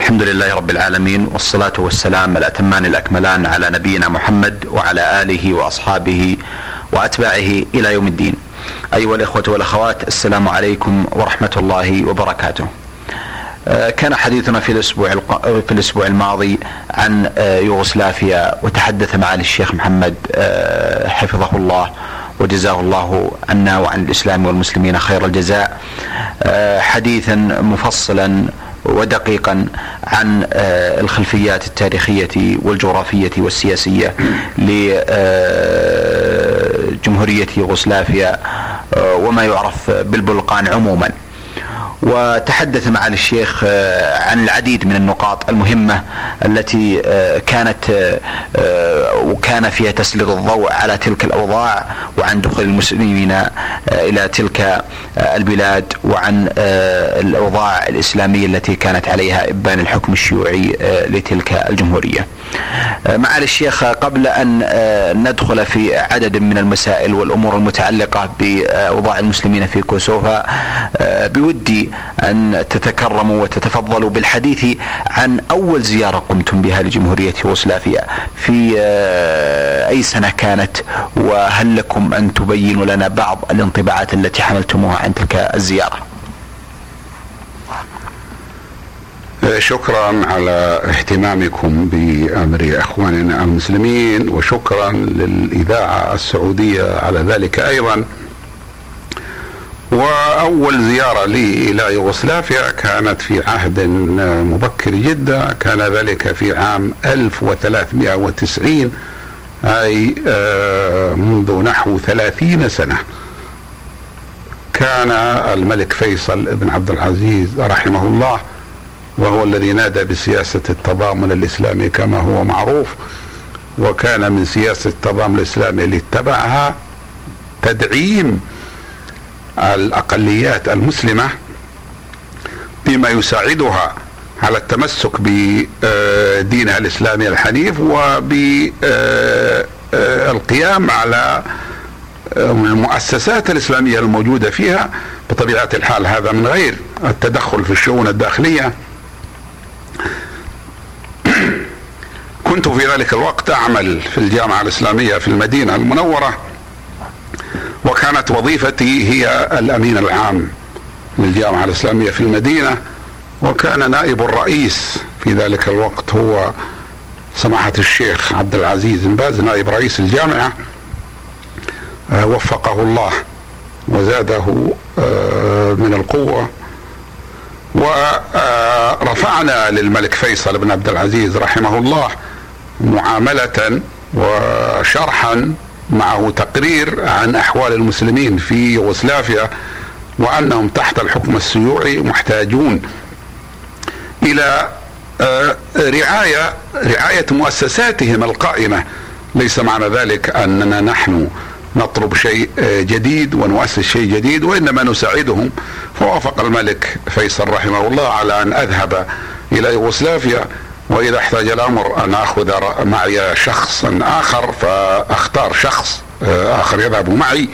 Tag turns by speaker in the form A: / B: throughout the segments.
A: الحمد لله رب العالمين، والصلاة والسلام الأتمان الأكملان على نبينا محمد وعلى آله وأصحابه وأتباعه إلى يوم الدين. أيها الإخوة والأخوات، السلام عليكم ورحمة الله وبركاته. كان حديثنا في الأسبوع الماضي عن يوغوسلافيا، وتحدث معالي الشيخ محمد حفظه الله وجزاه الله عنا وعن الإسلام والمسلمين خير الجزاء حديثا مفصلا ودقيقا عن الخلفيات التاريخية والجغرافية والسياسية لجمهورية يوغوسلافيا وما يعرف بالبلقان عموما. وتحدث معالي الشيخ عن العديد من النقاط المهمة التي كان فيها تسليط الضوء على تلك الأوضاع، وعن دخول المسلمين إلى تلك البلاد، وعن الأوضاع الإسلامية التي كانت عليها إبان الحكم الشيوعي لتلك الجمهورية. معالي الشيخ، قبل أن ندخل في عدد من المسائل والأمور المتعلقة بأوضاع المسلمين في كوسوفا، بودي أن تتكرموا وتتفضلوا بالحديث عن أول زيارة قمتم بها لجمهورية يوغوسلافيا، في أي سنة كانت، وهل لكم أن تبينوا لنا بعض الانطباعات التي حملتموها عن تلك الزيارة؟
B: شكرا على اهتمامكم بأمر أخواننا المسلمين، وشكرا للإذاعة السعودية على ذلك أيضا. وأول زيارة لي إلى يوغوسلافيا كانت في عهد مبكر جدا، كان ذلك في عام 1390، أي منذ نحو 30 سنة. كان الملك فيصل بن عبد العزيز رحمه الله، وهو الذي نادى بسياسة التضامن الإسلامي كما هو معروف، وكان من سياسة التضامن الإسلامي اللي اتبعها تدعيم الأقليات المسلمة بما يساعدها على التمسك بدينها الإسلامي الحنيف، وبالقيام على المؤسسات الإسلامية الموجودة فيها بطبيعة الحال، هذا من غير التدخل في الشؤون الداخلية. كنت في ذلك الوقت أعمل في الجامعة الإسلامية في المدينة المنورة، وكانت وظيفتي هي الأمين العام للجامعة الإسلامية في المدينة، وكان نائب الرئيس في ذلك الوقت هو سماحة الشيخ عبد العزيز بن باز، نائب رئيس الجامعة، وفقه الله وزاده من القوة. ورفعنا للملك فيصل بن عبد العزيز رحمه الله معاملة وشرحا معه تقرير عن أحوال المسلمين في يوغوسلافيا، وأنهم تحت الحكم الشيوعي محتاجون إلى رعاية مؤسساتهم القائمة. ليس معنى ذلك أننا نحن نطلب شيء جديد ونؤسس شيء جديد، وإنما نساعدهم. فوافق الملك فيصل رحمه الله على أن أذهب إلى يوغوسلافيا، وإذا احتاج الأمر أن أخذ معي شخصا آخر، فأختار شخص آخر يذهب معي.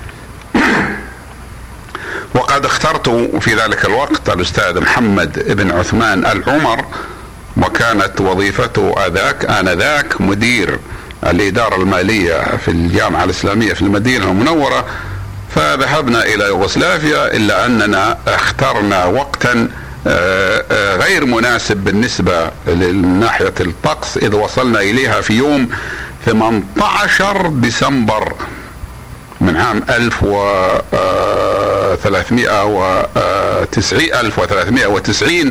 B: وقد اخترت في ذلك الوقت الأستاذ محمد بن عثمان العمر، وكانت وظيفته آنذاك مدير الإدارة المالية في الجامعة الإسلامية في المدينة المنورة. فذهبنا إلى يوغوسلافيا، إلا أننا اخترنا وقتا غير مناسب بالنسبة من ناحية الطقس، إذ وصلنا إليها في يوم 18 ديسمبر من عام 1390،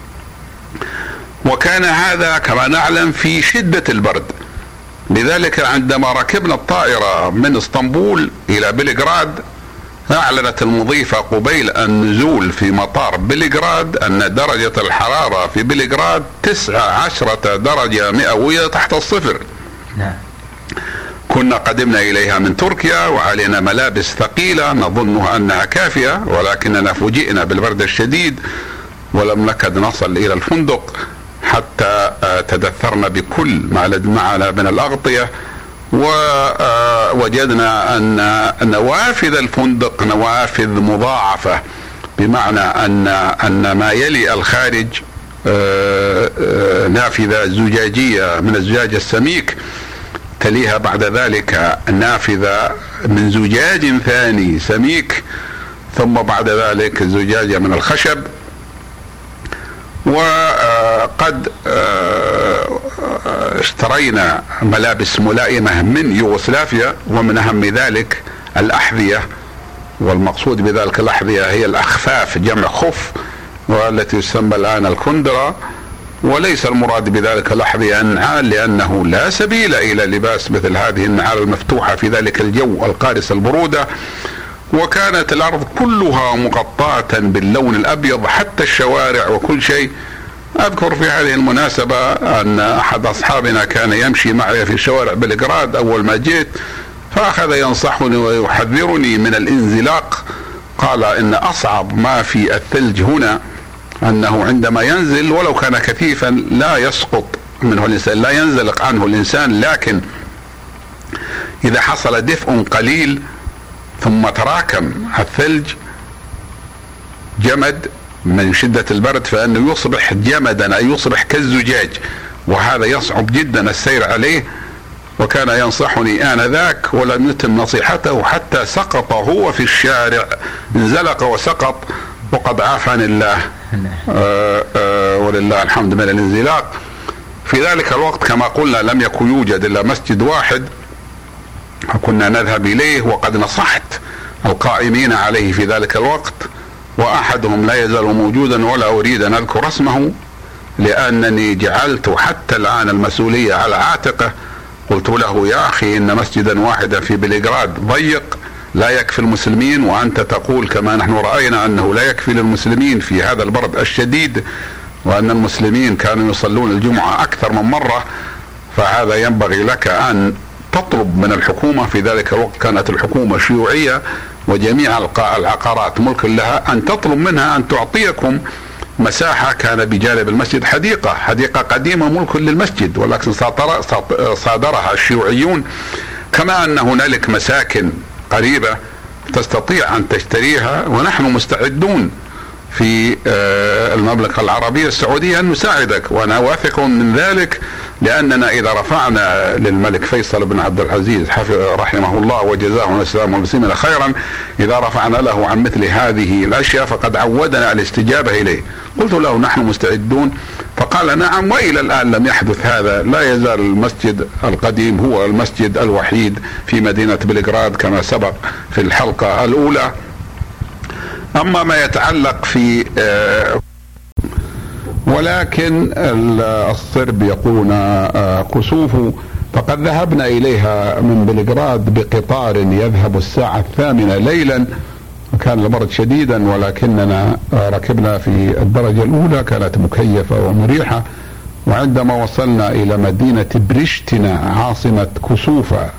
B: وكان هذا كما نعلم في شدة البرد. لذلك عندما ركبنا الطائرة من اسطنبول إلى بلغراد، أعلنت المضيفة قبيل النزول في مطار بلغراد أن درجة الحرارة في بلغراد 19 درجة مئوية تحت الصفر. كنا قدمنا إليها من تركيا وعلينا ملابس ثقيلة نظنها أنها كافية، ولكننا فوجئنا بالبرد الشديد، ولم نكد نصل إلى الفندق حتى تدثرنا بكل ما معنا من الأغطية. ووجدنا أن نوافذ الفندق نوافذ مضاعفة، بمعنى أن ما يلي الخارج نافذة زجاجية من الزجاج السميك، تليها بعد ذلك نافذة من زجاج ثاني سميك، ثم بعد ذلك زجاجة من الخشب. وقد اشترينا ملابس ملائمة من يوغوسلافيا، ومن أهم ذلك الأحذية، والمقصود بذلك الأحذية هي الأخفاف جمع خف، والتي تسمى الآن الكندرة. وليس المراد بذلك الأحذية النعال، لأنه لا سبيل إلى لباس مثل هذه النعال المفتوحة في ذلك الجو القارس البرودة. وكانت الأرض كلها مغطاة باللون الأبيض، حتى الشوارع وكل شيء. أذكر في هذه المناسبة أن أحد أصحابنا كان يمشي معي في شوارع بلغراد أول ما جيت، فأخذ ينصحني ويحذرني من الانزلاق. قال إن أصعب ما في الثلج هنا أنه عندما ينزل ولو كان كثيفا لا يسقط منه الإنسان، لا ينزلق عنه الإنسان، لكن إذا حصل دفء قليل ثم تراكم الثلج جمد من شدة البرد، فإنه يصبح جمدا، أي يصبح كالزجاج، وهذا يصعب جدا السير عليه. وكان ينصحني آنذاك ولم يتم نصيحته حتى سقط هو في الشارع، انزلق وسقط، وقد عافاني الله ولله الحمد من الانزلاق. في ذلك الوقت كما قلنا لم يكن يوجد إلا مسجد واحد كنا نذهب إليه، وقد نصحت القائمين عليه في ذلك الوقت، وأحدهم لا يزال موجودا ولا أريد أن أذكر اسمه، لأنني جعلت حتى الآن المسؤولية على عاتقه. قلت له يا أخي إن مسجدا واحدا في بلغراد ضيق لا يكفي المسلمين، وأنت تقول كما نحن رأينا أنه لا يكفي للمسلمين في هذا البرد الشديد، وأن المسلمين كانوا يصلون الجمعة أكثر من مرة، فهذا ينبغي لك أن تطلب من الحكومة. في ذلك الوقت كانت الحكومة شيوعية وجميع العقارات ملك لها، أن تطلب منها أن تعطيكم مساحة. كان بجانب المسجد حديقة قديمة ملك للمسجد، ولكن صادرها الشيوعيون. كما أن هنالك مساكن قريبة تستطيع أن تشتريها، ونحن مستعدون في المملكة العربية السعودية أن نساعدك، وأنا واثق من ذلك، لأننا إذا رفعنا للملك فيصل بن عبد العزيز رحمه الله وجزاه الإسلام والمسلمين خيرا، إذا رفعنا له عن مثل هذه الأشياء فقد عودنا الاستجابة إليه. قلت له نحن مستعدون، فقال نعم. وإلى الآن لم يحدث هذا، لا يزال المسجد القديم هو المسجد الوحيد في مدينة بلغراد كما سبق في الحلقة الأولى. أما ما يتعلق في ولكن الصرب يقولون كسوف، فقد ذهبنا إليها من بلغراد بقطار يذهب الساعة 8 ليلا، كان البرد شديدا، ولكننا ركبنا في الدرجة الأولى، كانت مكيفة ومريحة. وعندما وصلنا إلى مدينة بريشتنا عاصمة كسوفا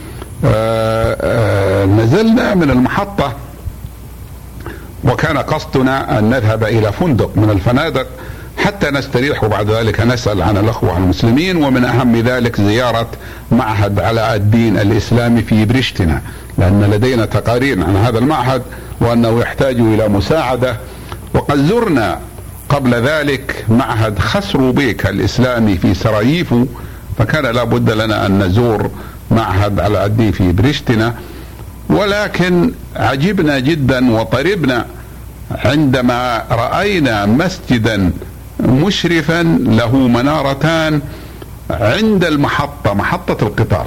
B: نزلنا من المحطة، وكان قصدنا أن نذهب إلى فندق من الفنادق حتى نستريح، وبعد ذلك نسأل عن الأخوة المسلمين، ومن أهم ذلك زيارة معهد علاء الدين الإسلامي في بريشتنا، لأن لدينا تقارير عن هذا المعهد وأنه يحتاج إلى مساعدة. وقد زرنا قبل ذلك معهد خسرو بيك الإسلامي في سراييفو، فكان لا بد لنا أن نزور معهد علاء الدين في بريشتنا. ولكن عجبنا جدا وطربنا عندما رأينا مسجدا مشرفا له منارتان عند المحطة، محطة القطار.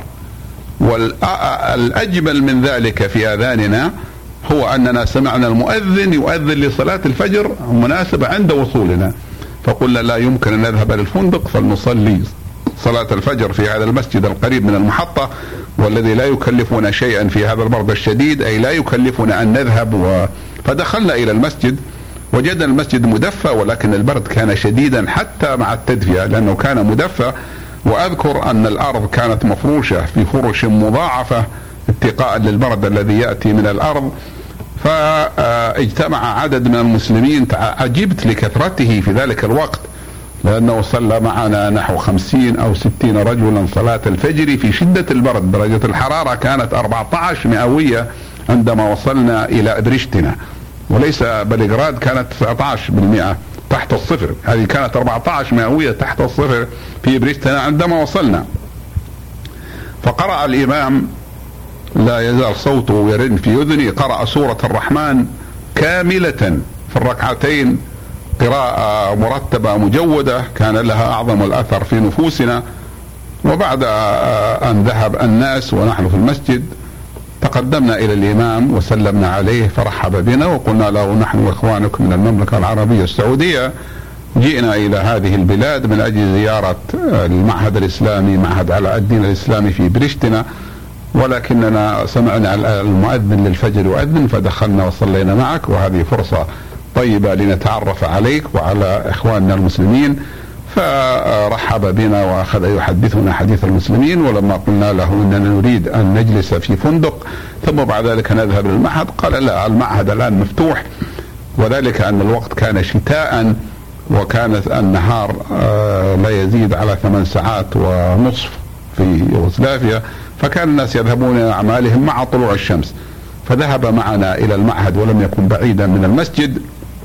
B: والأجمل من ذلك في آذاننا هو أننا سمعنا المؤذن يؤذن لصلاة الفجر مناسبة عند وصولنا، فقلنا لا يمكن أن نذهب للفندق، فلنصلي صلاة الفجر في هذا المسجد القريب من المحطة، والذي لا يكلفنا شيئا في هذا البرد الشديد، أي لا يكلفنا أن نذهب. فدخلنا إلى المسجد، وجدنا المسجد مدفى، ولكن البرد كان شديدا حتى مع التدفئة لأنه كان مدفى. وأذكر أن الأرض كانت مفروشة في فرش مضاعفة اتقاء للبرد الذي يأتي من الأرض. فاجتمع عدد من المسلمين، عجبت لكثرته في ذلك الوقت، لأنه صلى معنا نحو 50 أو 60 رجلا صلاة الفجر في شدة البرد. درجة الحرارة كانت 14 مئوية عندما وصلنا إلى بريشتنا، وليس بلغراد كانت 19 بالمئة تحت الصفر. هذه كانت 14 مئوية تحت الصفر في بريشتنا عندما وصلنا. فقرأ الإمام، لا يزال صوته يرن في أذني، قرأ سورة الرحمن كاملة في الركعتين، قراءة مرتبة مجودة كان لها أعظم الأثر في نفوسنا. وبعد أن ذهب الناس ونحن في المسجد تقدمنا إلى الإمام وسلمنا عليه فرحب بنا وقلنا له: نحن إخوانكم من المملكة العربية السعودية، جئنا إلى هذه البلاد من أجل زيارة المعهد الإسلامي، معهد علاء الدين الإسلامي في بريشتنا، ولكننا سمعنا المؤذن للفجر يؤذن فدخلنا وصلينا معك، وهذه فرصة طيبة لنتعرف عليك وعلى إخواننا المسلمين. فرحب بنا وأخذ يحدثنا حديث المسلمين. ولما قلنا له إننا نريد أن نجلس في فندق ثم بعد ذلك نذهب للمعهد، قال: لا، المعهد الآن مفتوح، وذلك أن الوقت كان شتاء وكانت النهار لا يزيد على 8 ساعات ونصف في يوغوسلافيا، فكان الناس يذهبون إلى أعمالهم مع طلوع الشمس. فذهب معنا إلى المعهد ولم يكن بعيدا من المسجد،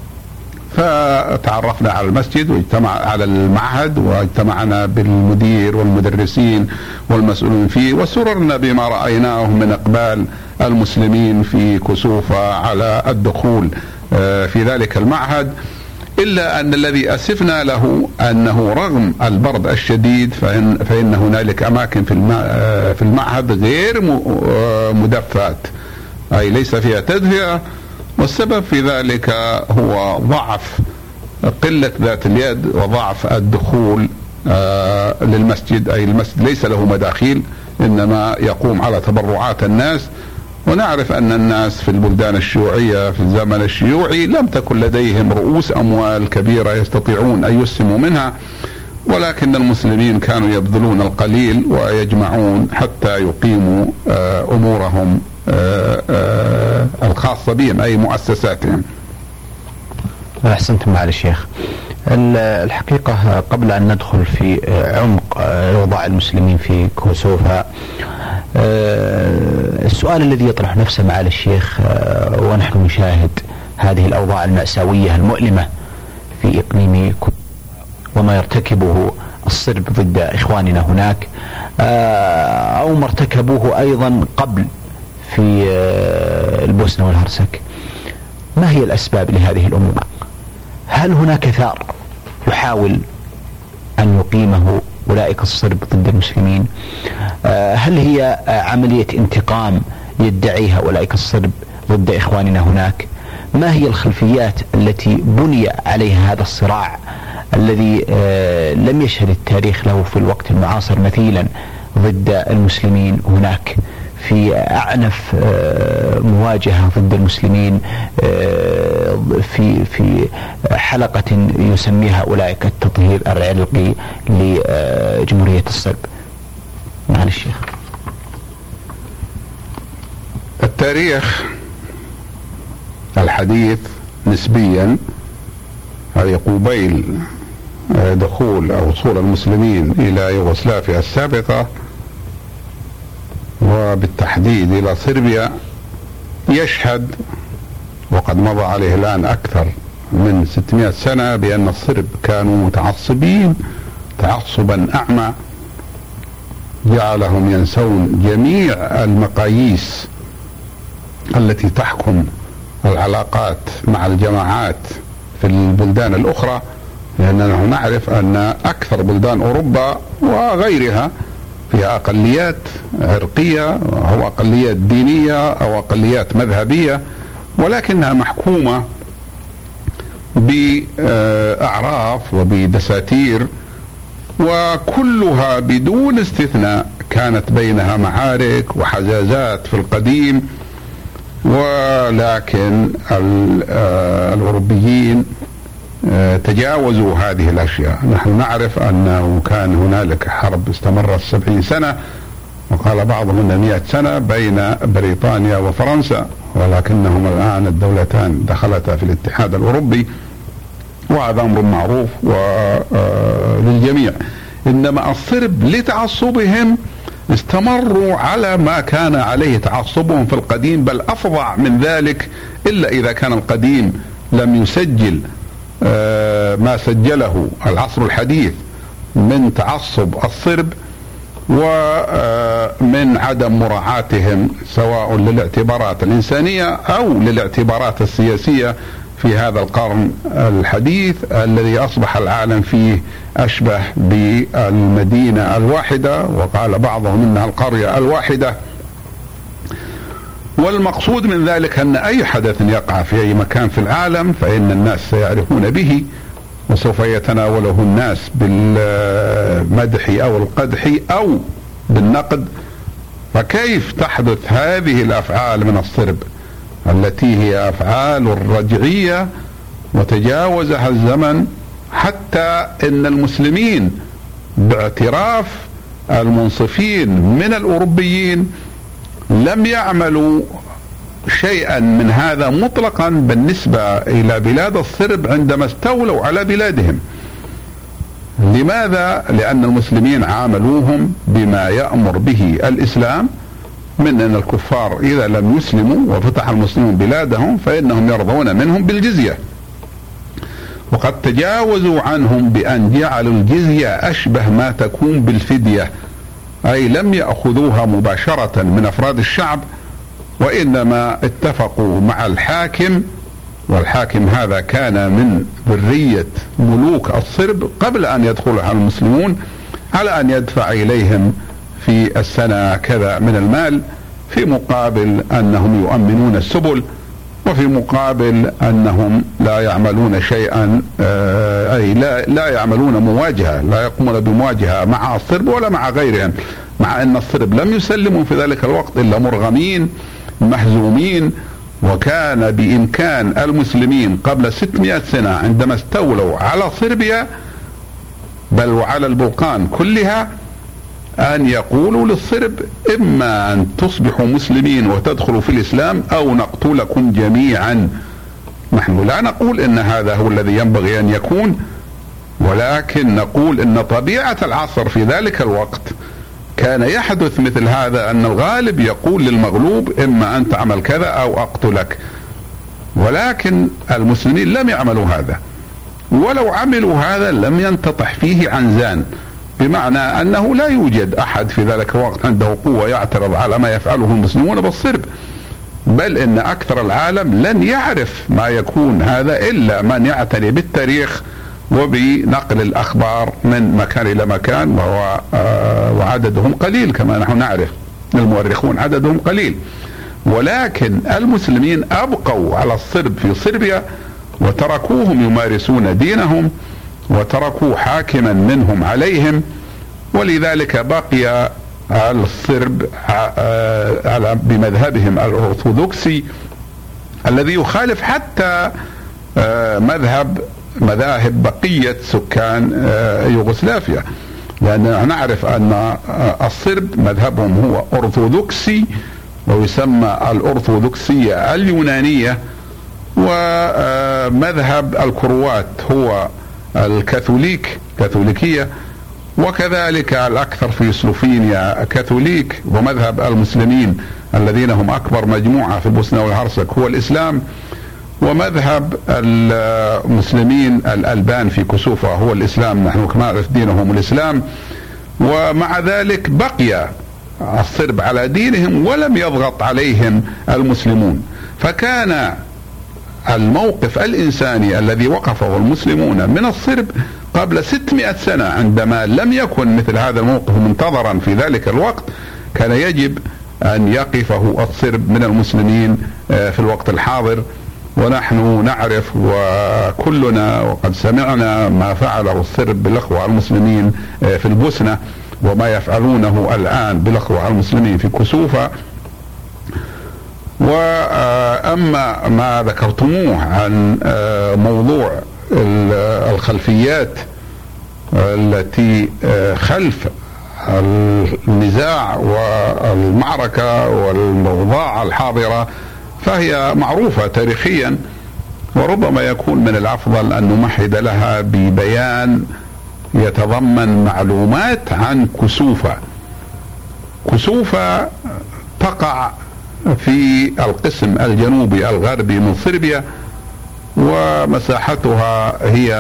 B: فتعرفنا على المسجد واجتمع على المعهد، واجتمعنا بالمدير والمدرسين والمسؤولين فيه، وسررنا بما رأيناه من إقبال المسلمين في كسوفة على الدخول في ذلك المعهد. إلا أن الذي أسفنا له أنه رغم البرد الشديد فإن هنالك أماكن في المعهد غير مدفأة، أي ليس فيها تدفئة، والسبب في ذلك هو ضعف قلة ذات اليد وضعف الدخول للمسجد. أي المسجد ليس له مداخيل، إنما يقوم على تبرعات الناس. ونعرف أن الناس في البلدان الشيوعية في الزمن الشيوعي لم تكن لديهم رؤوس أموال كبيرة يستطيعون أن يسهموا منها، ولكن المسلمين كانوا يبذلون القليل ويجمعون حتى يقيموا أمورهم الخاصة بهم، أي مؤسساتهم.
A: أحسنتم معالي الشيخ. الحقيقة قبل أن ندخل في عمق أوضاع المسلمين في كوسوفا، السؤال الذي يطرح نفسه معالي الشيخ ونحن نشاهد هذه الأوضاع المأساوية المؤلمة في إقليم كوسوفا وما يرتكبه الصرب ضد إخواننا هناك، أو ما ارتكبوه أيضا قبل في البوسنة والهرسك، ما هي الأسباب لهذه الأمور؟ هل هناك ثار يحاول أن يقيمه أولئك الصرب ضد المسلمين؟ هل هي عملية انتقام يدعيها أولئك الصرب ضد إخواننا هناك؟ ما هي الخلفيات التي بني عليها هذا الصراع الذي لم يشهد التاريخ له في الوقت المعاصر مثيلا ضد المسلمين هناك في أعنف مواجهة ضد المسلمين في حلقة يسميها أولئك التطهير العرقي لجمهورية الصرب؟ معالي الشيخ.
B: التاريخ الحديث نسبيا، هذه قبيل دخول أو وصول المسلمين إلى يوغوسلافيا السابقة وبالتحديد إلى صربيا، يشهد وقد مضى عليه الآن أكثر من 600 سنة بأن الصرب كانوا متعصبين تعصبا أعمى جعلهم ينسون جميع المقاييس التي تحكم العلاقات مع الجماعات في البلدان الأخرى، لأننا نعرف أن أكثر بلدان أوروبا وغيرها فيها أقليات عرقية أو أقليات دينية أو أقليات مذهبية، ولكنها محكومة بأعراف وبدساتير، وكلها بدون استثناء كانت بينها معارك وحزازات في القديم. ولكن الأوروبيين تجاوزوا هذه الأشياء. نحن نعرف أنه كان هنالك حرب استمرت 70 سنة، وقال بعضهم أن 100 سنة بين بريطانيا وفرنسا، ولكنهم الآن الدولتان دخلتا في الاتحاد الأوروبي، وهذا أمر معروف للجميع. إنما الصرب لتعصبهم استمروا على ما كان عليه تعصبهم في القديم، بل أفظع من ذلك، إلا إذا كان القديم لم يسجل ما سجله العصر الحديث من تعصب الصرب ومن عدم مراعاتهم سواء للاعتبارات الإنسانية أو للاعتبارات السياسية في هذا القرن الحديث الذي أصبح العالم فيه أشبه بالمدينة الواحدة، وقال بعضهم إنها القرية الواحدة. والمقصود من ذلك أن أي حدث يقع في أي مكان في العالم فإن الناس سيعرفون به وسوف يتناوله الناس بالمدح أو القدح أو بالنقد. فكيف تحدث هذه الأفعال من الصرب التي هي أفعال رجعية وتجاوزها الزمن، حتى إن المسلمين باعتراف المنصفين من الأوروبيين لم يعملوا شيئا من هذا مطلقا بالنسبة إلى بلاد الصرب عندما استولوا على بلادهم. لماذا؟ لأن المسلمين عاملوهم بما يأمر به الإسلام من أن الكفار إذا لم يسلموا وفتح المسلمون بلادهم فإنهم يرضون منهم بالجزية، وقد تجاوزوا عنهم بأن جعلوا الجزية أشبه ما تكون بالفدية، أي لم يأخذوها مباشرة من أفراد الشعب، وإنما اتفقوا مع الحاكم، والحاكم هذا كان من ذرية ملوك الصرب قبل أن يدخلها المسلمون، على أن يدفع إليهم في السنة كذا من المال في مقابل أنهم يؤمنون السبل، وفي مقابل أنهم لا يعملون شيئا، أي لا يعملون مواجهة، لا يقومون بمواجهة مع الصرب ولا مع غيرهم، مع أن الصرب لم يسلموا في ذلك الوقت إلا مرغمين مهزومين. وكان بإمكان المسلمين قبل 600 سنة عندما استولوا على صربيا بل وعلى البلقان كلها أن يقولوا للصرب إما أن تصبحوا مسلمين وتدخلوا في الإسلام أو نقتلكم جميعا. نحن لا نقول إن هذا هو الذي ينبغي أن يكون، ولكن نقول إن طبيعة العصر في ذلك الوقت كان يحدث مثل هذا، أن الغالب يقول للمغلوب إما أن تعمل كذا أو أقتلك، ولكن المسلمين لم يعملوا هذا، ولو عملوا هذا لم ينتطح فيه عنزان، بمعنى أنه لا يوجد أحد في ذلك الوقت عنده قوة يعترض على ما يفعله المسلمون بالصرب، بل إن أكثر العالم لن يعرف ما يكون هذا إلا من يعتني بالتاريخ وبنقل الأخبار من مكان إلى مكان، وعددهم قليل كما نحن نعرف، المؤرخون عددهم قليل. ولكن المسلمين أبقوا على الصرب في صربيا وتركوهم يمارسون دينهم وتركوا حاكما منهم عليهم، ولذلك بقي الصرب بمذهبهم الأرثوذكسي الذي يخالف حتى مذاهب بقية سكان يوغوسلافيا، لأننا نعرف أن الصرب مذهبهم هو أرثوذكسي ويسمى الأرثوذكسية اليونانية، ومذهب الكروات هو كاثوليكية، وكذلك الأكثر في سلوفينيا كاثوليك، ومذهب المسلمين الذين هم أكبر مجموعة في البوسنة والهرسك هو الإسلام، ومذهب المسلمين الألبان في كسوفة هو الإسلام، نحن كما نعرف دينهم الإسلام. ومع ذلك بقي الصرب على دينهم ولم يضغط عليهم المسلمون، فكان الموقف الإنساني الذي وقفه المسلمون من الصرب قبل 600 سنة عندما لم يكن مثل هذا الموقف منتظرا في ذلك الوقت، كان يجب أن يقفه الصرب من المسلمين في الوقت الحاضر. ونحن نعرف وكلنا وقد سمعنا ما فعله الصرب بالأخوة المسلمين في البوسنة وما يفعلونه الآن بالأخوة المسلمين في كسوفة. وأما ما ذكرتموه عن موضوع الخلفيات التي خلف النزاع والمعركة والموضوع الحاضرة فهي معروفة تاريخيا، وربما يكون من الأفضل أن نمهد لها ببيان يتضمن معلومات عن كسوفة. كسوفة تقع في القسم الجنوبي الغربي من صربيا، ومساحتها هي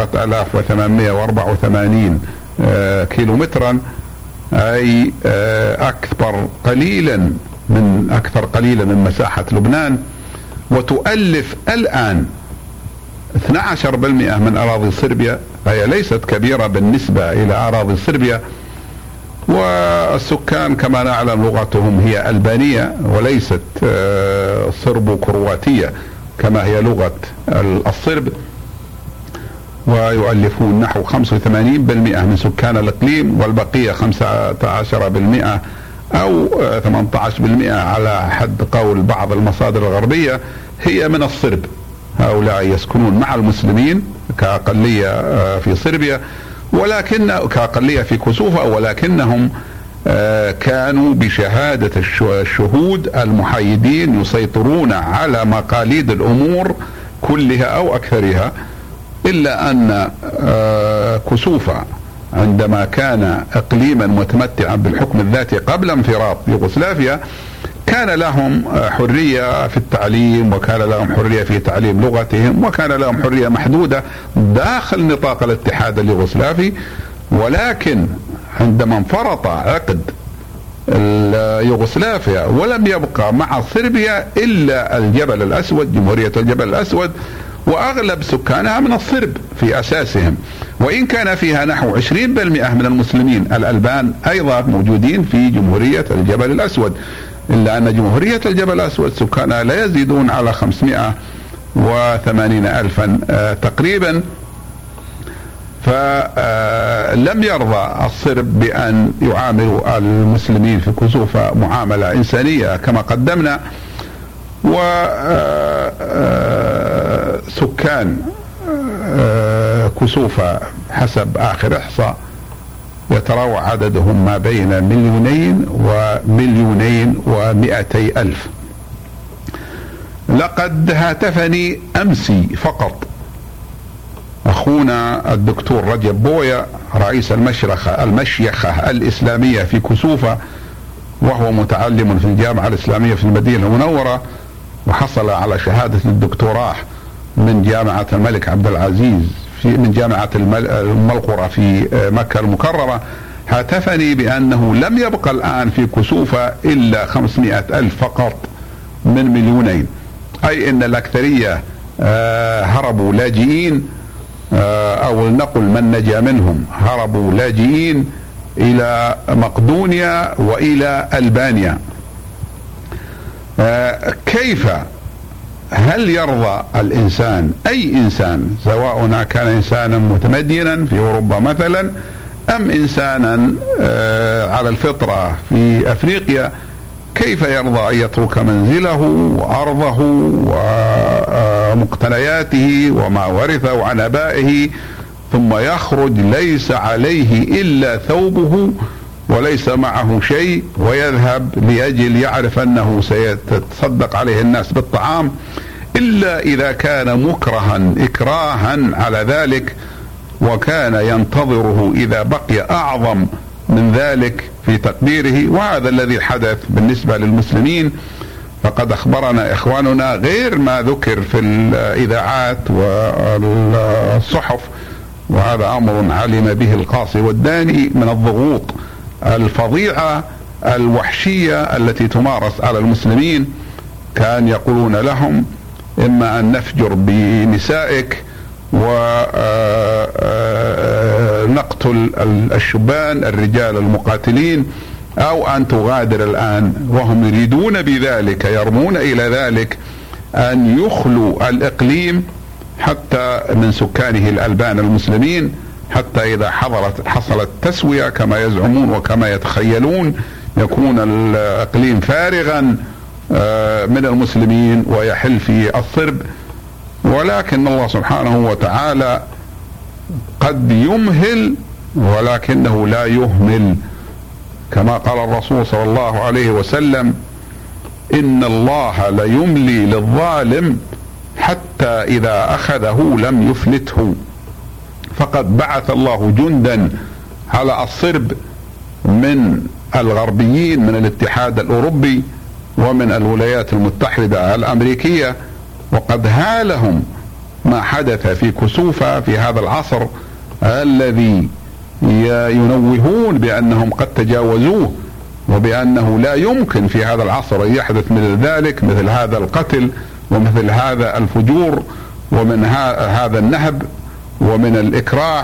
B: 10,884 كيلومترا، أي أكثر قليلا من مساحة لبنان، وتؤلف الآن 12% من أراضي صربيا، فهي ليست كبيرة بالنسبة إلى أراضي صربيا. والسكان كما نعلم لغتهم هي ألبانية وليست صربو كرواتية كما هي لغة الصرب، ويؤلفون نحو 85% من سكان الإقليم، والبقية 15% أو 18% على حد قول بعض المصادر الغربية هي من الصرب. هؤلاء يسكنون مع المسلمين كأقلية في صربيا، كأقلية في كوسوفا، ولكنهم كانوا بشهادة الشهود المحايدين يسيطرون على مقاليد الأمور كلها أو أكثرها، إلا أن كوسوفا عندما كان إقليما متمتعا بالحكم الذاتي قبل انفراط يوغوسلافيا كان لهم حرية في التعليم، وكان لهم حرية في تعليم لغتهم، وكان لهم حرية محدودة داخل نطاق الاتحاد اليوغوسلافي. ولكن عندما انفرط عقد يوغوسلافيا ولم يبقى مع صربيا إلا الجبل الأسود، جمهورية الجبل الأسود، وأغلب سكانها من الصرب في أساسهم، وإن كان فيها نحو 20% من المسلمين الألبان أيضا موجودين في جمهورية الجبل الأسود، إلا أن جمهورية الجبل الأسود سكانها لا يزيدون على 580 ألفا تقريبا. فلم يرضى الصرب بأن يعاملوا المسلمين في كوسوفا معاملة إنسانية كما قدمنا. وسكان كوسوفا حسب آخر إحصاء يتراوح عددهم ما بين 2 و2,200,000. لقد هاتفني أمسي فقط أخونا الدكتور رجب بويا رئيس المشيخة الإسلامية في كوسوفا، وهو متعلم في الجامعة الإسلامية في المدينة المنورة، وحصل على شهادة الدكتوراه من جامعة الملك عبد العزيز من جامعة الملقرة في مكة المكرمة. هاتفني بأنه لم يبقى الآن في كوسوفا إلا 500,000 فقط من 2,000,000، أي أن الأكثرية هربوا لاجئين، أو نقل من نجا منهم هربوا لاجئين إلى مقدونيا وإلى ألبانيا. هل يرضى الإنسان، أي إنسان، سواء كان إنسانا متمدنا في أوروبا مثلا أم إنسانا على الفطرة في أفريقيا، كيف يرضى أن يترك منزله وأرضه ومقتنياته وما ورثه عن آبائه ثم يخرج ليس عليه إلا ثوبه وليس معه شيء، ويذهب لأجل يعرف أنه سيتصدق عليه الناس بالطعام، إلا إذا كان مكرها إكراها على ذلك، وكان ينتظره إذا بقي أعظم من ذلك في تقديره. وهذا الذي حدث بالنسبة للمسلمين، فقد أخبرنا إخواننا غير ما ذكر في الإذاعات والصحف، وهذا أمر علم به القاصي والداني من الضغوط الفظيعة الوحشية التي تمارس على المسلمين. كان يقولون لهم إما أن نفجر بنسائك ونقتل الشبان الرجال المقاتلين، أو أن تغادر الآن، وهم يريدون بذلك يرمون إلى ذلك أن يخلوا الإقليم حتى من سكانه الألبان المسلمين، حتى إذا حصلت تسوية كما يزعمون وكما يتخيلون يكون الإقليم فارغا من المسلمين ويحل فيه الصرب. ولكن الله سبحانه وتعالى قد يمهل ولكنه لا يهمل، كما قال الرسول صلى الله عليه وسلم: إن الله ليملي للظالم حتى إذا أخذه لم يفلته. فقد بعث الله جندا على الصرب من الغربيين من الاتحاد الأوروبي ومن الولايات المتحدة الأمريكية، وقد هالهم ما حدث في كسوفة في هذا العصر الذي ينوهون بأنهم قد تجاوزوه، وبأنه لا يمكن في هذا العصر أن يحدث مثل ذلك، مثل هذا القتل ومثل هذا الفجور ومن هذا النهب ومن الإكراه.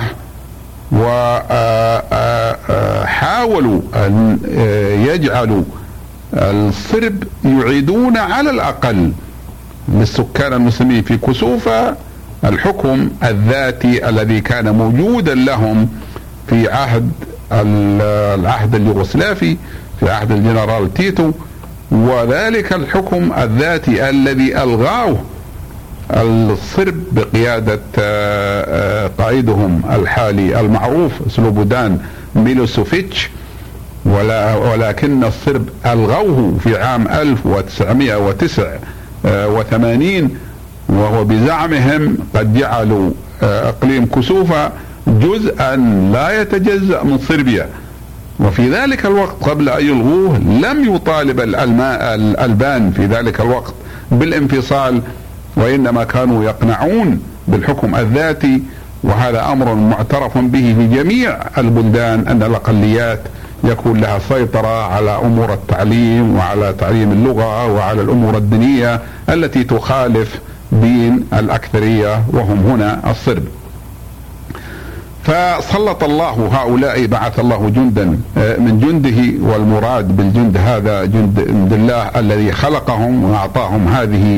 B: وحاولوا أن يجعلوا الصرب يعيدون على الأقل للسكان المسلمين في كسوفة الحكم الذاتي الذي كان موجودا لهم في العهد اليوغوسلافي، في عهد الجنرال تيتو، وذلك الحكم الذاتي الذي ألغاه الصرب بقيادة قائدهم الحالي المعروف سلوبودان ميلوسوفيتش، ولكن الصرب ألغوه في عام 1989، وهو بزعمهم قد جعلوا اقليم كسوفة جزءا لا يتجزأ من صربيا. وفي ذلك الوقت قبل ان يلغوه لم يطالب الألبان في ذلك الوقت بالانفصال، وانما كانوا يقنعون بالحكم الذاتي، وهذا امر معترف به في جميع البلدان ان الاقليات يكون لها سيطرة على امور التعليم وعلى تعليم اللغة وعلى الامور الدينية التي تخالف دين الأكثرية وهم هنا الصرب. فسلط الله هؤلاء، بعث الله جندا من جنده، والمراد بالجند هذا جند الله الذي خلقهم وأعطاهم هذه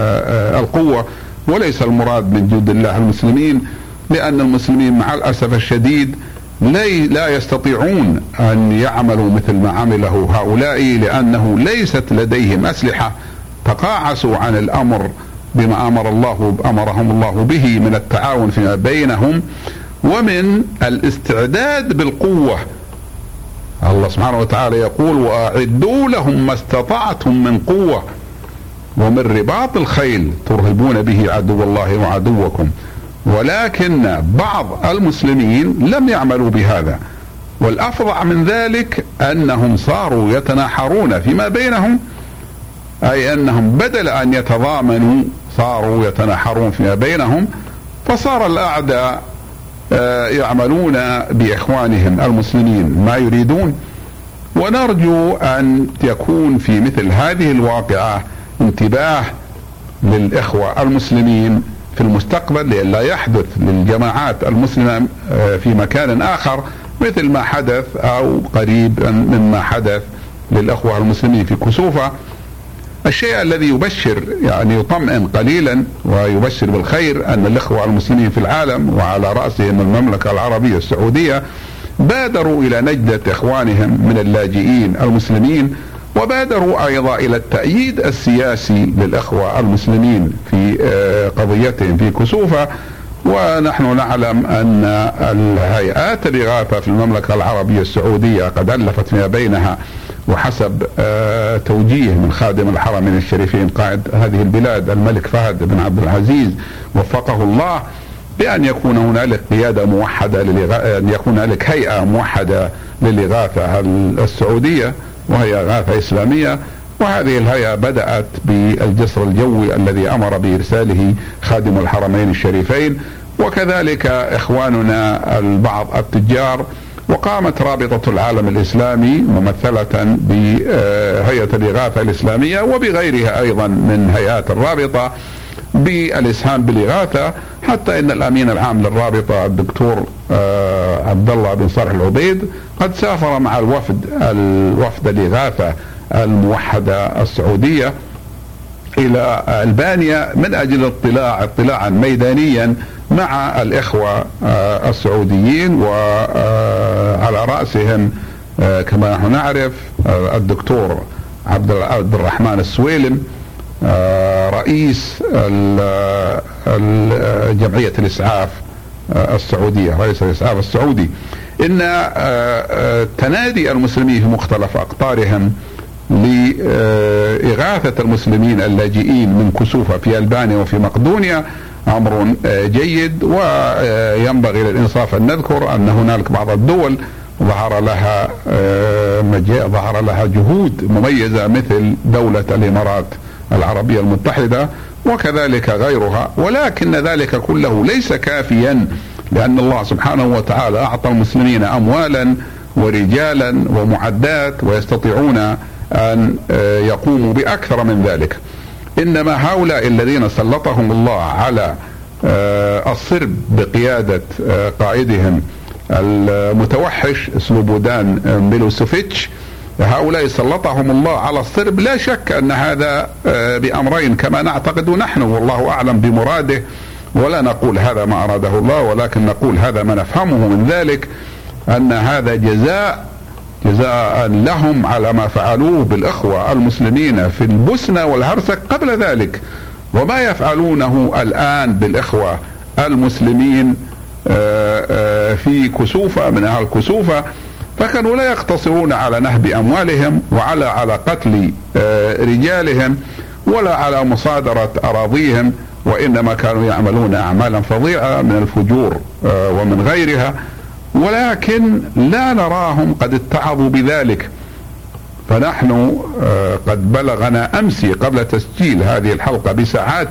B: القوة، وليس المراد من جند الله المسلمين، لأن المسلمين مع الأسف الشديد لا يستطيعون أن يعملوا مثل ما عمله هؤلاء، لأنه ليست لديهم أسلحة. تقاعسوا عن الأمر بما أمرهم الله به من التعاون فيما بينهم ومن الاستعداد بالقوة. الله سبحانه وتعالى يقول: وأعدوا لهم ما استطعتم من قوة ومن رباط الخيل ترهبون به عدو الله وعدوكم. ولكن بعض المسلمين لم يعملوا بهذا، والأفظع من ذلك أنهم صاروا يتناحرون فيما بينهم، أي أنهم بدل أن يتضامنوا صاروا يتناحرون فيما بينهم، فصار الأعداء يعملون بإخوانهم المسلمين ما يريدون. ونرجو أن يكون في مثل هذه الواقعة انتباه للإخوة المسلمين في المستقبل، لئلا يحدث للجماعات المسلمة في مكان آخر مثل ما حدث أو قريب مما حدث للإخوة المسلمين في كسوفة. الشيء الذي يبشر يعني يطمئن قليلا ويبشر بالخير أن الإخوة المسلمين في العالم وعلى رأسهم المملكة العربية السعودية بادروا إلى نجدة إخوانهم من اللاجئين المسلمين، وبادروا أيضا إلى التأييد السياسي للإخوة المسلمين في قضيتهم في كسوفة. ونحن نعلم أن الهيئات الإغاثة في المملكة العربية السعودية قد ألفت فيما بينها، وحسب توجيه من خادم الحرمين الشريفين قائد هذه البلاد الملك فهد بن عبد العزيز وفقه الله، بأن يكون هنالك قيادة موحدة أن يكون هنالك هيئة موحدة للإغاثة السعودية، وهي إغاثة إسلامية. وهذه الهيئة بدأت بالجسر الجوي الذي أمر بإرساله خادم الحرمين الشريفين، وكذلك إخواننا البعض التجار. وقامت رابطة العالم الإسلامي ممثلة بهيئة الإغاثة الإسلامية وبغيرها أيضا من هيئات الرابطة بالإسهام بالإغاثة، حتى إن الأمين العام للرابطة الدكتور عبد الله بن صالح العبيد قد سافر مع الوفد الإغاثة الموحدة السعودية إلى ألبانيا من أجل اطلاعا ميدانيا مع الإخوة السعوديين، وعلى رأسهم كما نحن نعرف الدكتور عبد الرحمن السويلم رئيس جمعية الإسعاف السعودية، رئيس الإسعاف السعودي. إن تنادي المسلمين في مختلف أقطارهم لإغاثة المسلمين اللاجئين من كسوفة في ألبانيا وفي مقدونيا أمر جيد. وينبغي للإنصاف أن نذكر أن هنالك بعض الدول ظهر لها جهود مميزة مثل دولة الإمارات العربية المتحدة، وكذلك غيرها، ولكن ذلك كله ليس كافيا، لأن الله سبحانه وتعالى أعطى المسلمين أموالا ورجالا ومعدات ويستطيعون أن يقوموا بأكثر من ذلك. إنما هؤلاء الذين سلطهم الله على الصرب بقيادة قائدهم المتوحش سلوبودان ميلوسوفيتش، هؤلاء سلطهم الله على الصرب. لا شك أن هذا بأمرين كما نعتقد نحن، والله أعلم بمراده، ولا نقول هذا ما أراده الله، ولكن نقول هذا ما نفهمه من ذلك، أن هذا جزاء لهم على ما فعلوه بالإخوة المسلمين في البوسنة والهرسك قبل ذلك، وما يفعلونه الآن بالإخوة المسلمين في كسوفة من أهل كسوفة. فكانوا لا يقتصرون على نهب أموالهم على قتل رجالهم ولا على مصادرة أراضيهم، وإنما كانوا يعملون أعمالا فظيعة من الفجور ومن غيرها، ولكن لا نراهم قد اتعظوا بذلك. فنحن قد بلغنا أمس قبل تسجيل هذه الحلقة بساعات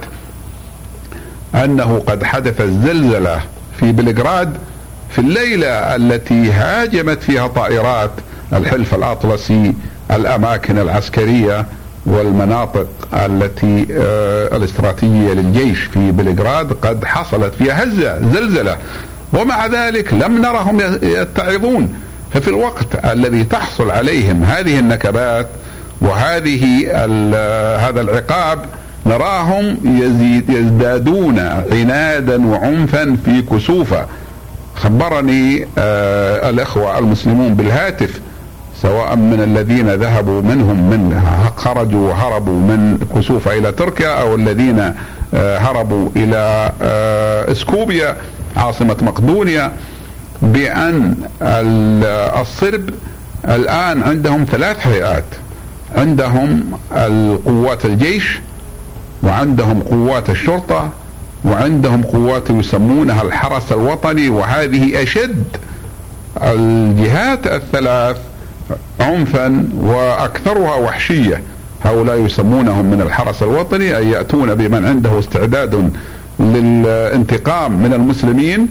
B: أنه قد حدثت زلزلة في بلغراد في الليلة التي هاجمت فيها طائرات الحلف الأطلسي الأماكن العسكرية والمناطق التي الاستراتيجية للجيش في بلغراد. قد حصلت فيها زلزلة، ومع ذلك لم نرهم يتعظون. ففي الوقت الذي تحصل عليهم هذه النكبات وهذه هذا العقاب نراهم يزدادون عنادا وعنفا في كسوفة. خبرني الإخوة المسلمون بالهاتف، سواء من الذين ذهبوا من خرجوا وهربوا من كسوفة إلى تركيا، أو الذين هربوا إلى اسكوبيا عاصمة مقدونيا، بأن الصرب الآن عندهم 3 هيئات: عندهم القوات الجيش، وعندهم قوات الشرطة، وعندهم قوات يسمونها الحرس الوطني، وهذه أشد الجهات ال3 عنفا وأكثرها وحشية. هؤلاء يسمونهم من الحرس الوطني أن يأتون بمن عنده استعداد للانتقام من المسلمين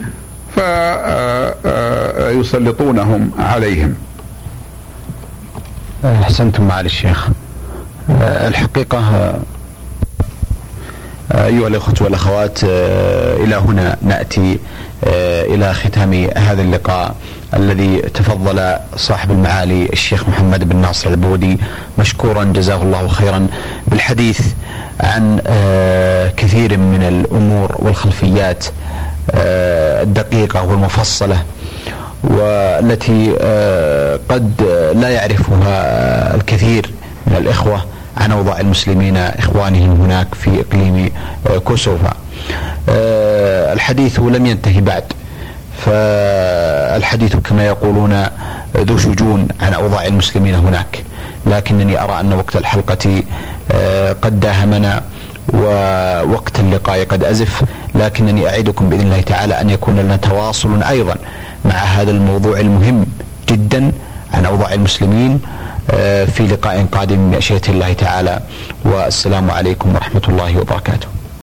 B: فيسلطونهم عليهم.
A: أحسنتم معالي الشيخ. الحقيقة أيها الأخوة والأخوات، إلى هنا نأتي إلى ختام هذا اللقاء الذي تفضل صاحب المعالي الشيخ محمد بن ناصر العبودي مشكورا جزاه الله خيرا بالحديث عن كثير من الأمور والخلفيات الدقيقة والمفصلة، والتي قد لا يعرفها الكثير من الإخوة عن أوضاع المسلمين إخوانهم هناك في إقليم كوسوفا. الحديث لم ينتهي بعد، فالحديث كما يقولون ذو شجون عن أوضاع المسلمين هناك، لكنني أرى أن وقت الحلقة قد داهمنا ووقت اللقاء قد أزف، لكنني أعدكم بإذن الله تعالى أن يكون لنا تواصل أيضا مع هذا الموضوع المهم جدا عن أوضاع المسلمين في لقاء قادم بمشيئة الله تعالى. والسلام عليكم ورحمة الله وبركاته.